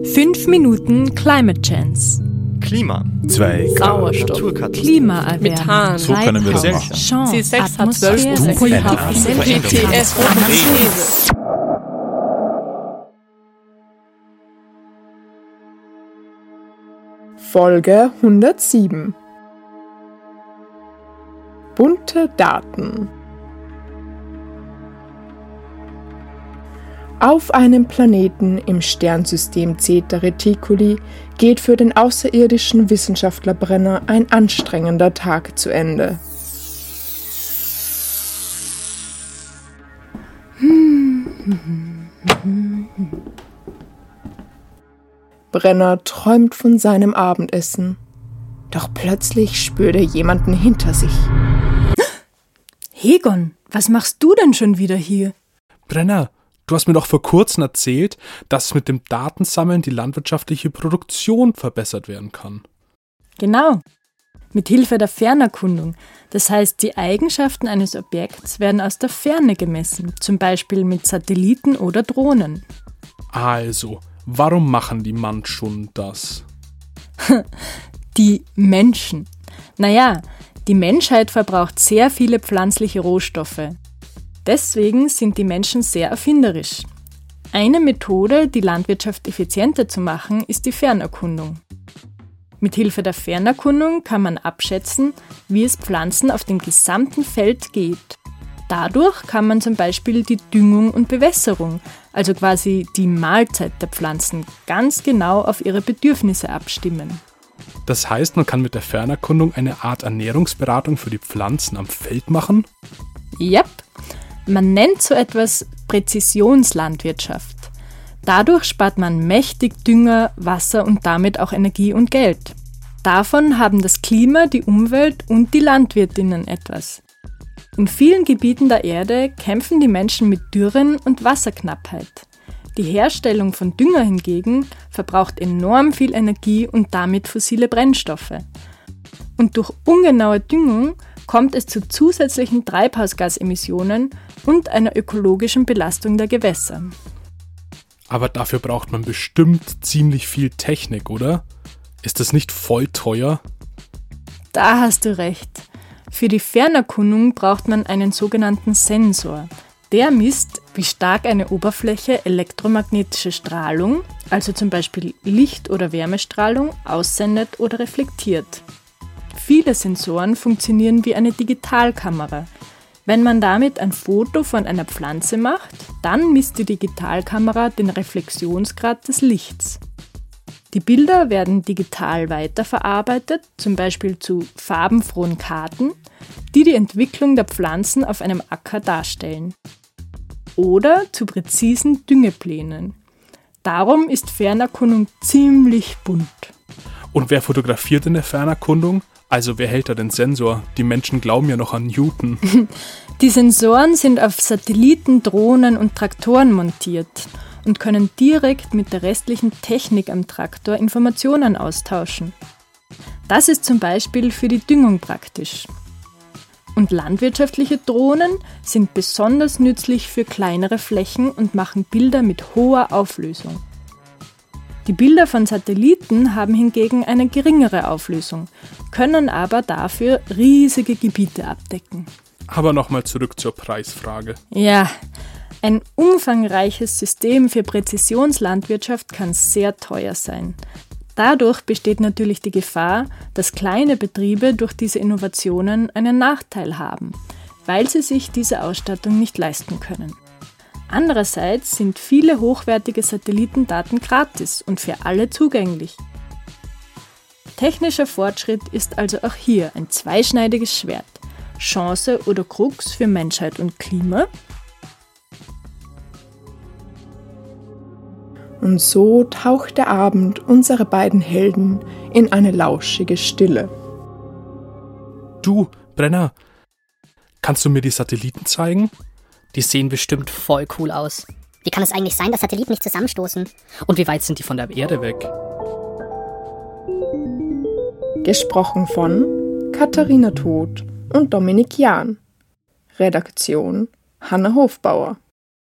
5 Minuten Climate Chance. Klima. 2 Grad. Sauerstoff. Naturkatastrophen. Klimaerwärmung. Methan. So können wir das Treibhaus. machen. Chance. C6 hat 12 Atmosphäre. PTS und These. Folge 107. Bunte Daten. Auf einem Planeten im Sternsystem Zeta Reticuli geht für den außerirdischen Wissenschaftler Brenner ein anstrengender Tag zu Ende. Brenner träumt von seinem Abendessen. Doch plötzlich spürt er jemanden hinter sich. Hegon, was machst du denn schon wieder hier? Brenner, du hast mir doch vor kurzem erzählt, dass mit dem Datensammeln die landwirtschaftliche Produktion verbessert werden kann. Genau. Mit Hilfe der Fernerkundung. Das heißt, die Eigenschaften eines Objekts werden aus der Ferne gemessen, zum Beispiel mit Satelliten oder Drohnen. Also, warum machen die Menschen das? Die Menschen. Naja, die Menschheit verbraucht sehr viele pflanzliche Rohstoffe. Deswegen sind die Menschen sehr erfinderisch. Eine Methode, die Landwirtschaft effizienter zu machen, ist die Fernerkundung. Mit Hilfe der Fernerkundung kann man abschätzen, wie es Pflanzen auf dem gesamten Feld geht. Dadurch kann man zum Beispiel die Düngung und Bewässerung, also quasi die Mahlzeit der Pflanzen, ganz genau auf ihre Bedürfnisse abstimmen. Das heißt, man kann mit der Fernerkundung eine Art Ernährungsberatung für die Pflanzen am Feld machen? Yep, man nennt so etwas Präzisionslandwirtschaft. Dadurch spart man mächtig Dünger, Wasser und damit auch Energie und Geld. Davon haben das Klima, die Umwelt und die Landwirtinnen etwas. In vielen Gebieten der Erde kämpfen die Menschen mit Dürren und Wasserknappheit. Die Herstellung von Dünger hingegen verbraucht enorm viel Energie und damit fossile Brennstoffe. Und durch ungenaue Düngung kommt es zu zusätzlichen Treibhausgasemissionen und einer ökologischen Belastung der Gewässer. Aber dafür braucht man bestimmt ziemlich viel Technik, oder? Ist das nicht voll teuer? Da hast du recht. Für die Fernerkundung braucht man einen sogenannten Sensor. Der misst, wie stark eine Oberfläche elektromagnetische Strahlung, also zum Beispiel Licht- oder Wärmestrahlung, aussendet oder reflektiert. Viele Sensoren funktionieren wie eine Digitalkamera. Wenn man damit ein Foto von einer Pflanze macht, dann misst die Digitalkamera den Reflexionsgrad des Lichts. Die Bilder werden digital weiterverarbeitet, zum Beispiel zu farbenfrohen Karten, die die Entwicklung der Pflanzen auf einem Acker darstellen. Oder zu präzisen Düngeplänen. Darum ist Fernerkundung ziemlich bunt. Und wer fotografiert in der Fernerkundung? Also wer hält da den Sensor? Die Menschen glauben ja noch an Newton. Die Sensoren sind auf Satelliten, Drohnen und Traktoren montiert und können direkt mit der restlichen Technik am Traktor Informationen austauschen. Das ist zum Beispiel für die Düngung praktisch. Und landwirtschaftliche Drohnen sind besonders nützlich für kleinere Flächen und machen Bilder mit hoher Auflösung. Die Bilder von Satelliten haben hingegen eine geringere Auflösung, können aber dafür riesige Gebiete abdecken. Aber nochmal zurück zur Preisfrage. Ja, ein umfangreiches System für Präzisionslandwirtschaft kann sehr teuer sein. Dadurch besteht natürlich die Gefahr, dass kleine Betriebe durch diese Innovationen einen Nachteil haben, weil sie sich diese Ausstattung nicht leisten können. Andererseits sind viele hochwertige Satellitendaten gratis und für alle zugänglich. Technischer Fortschritt ist also auch hier ein zweischneidiges Schwert. Chance oder Krux für Menschheit und Klima? Und so taucht der Abend unserer beiden Helden in eine lauschige Stille. Du, Brenner, kannst du mir die Satelliten zeigen? Die sehen bestimmt voll cool aus. Wie kann es eigentlich sein, dass Satelliten nicht zusammenstoßen? Und wie weit sind die von der Erde weg? Gesprochen von Katharina Todt und Dominik Jahn. Redaktion Hanna Hofbauer.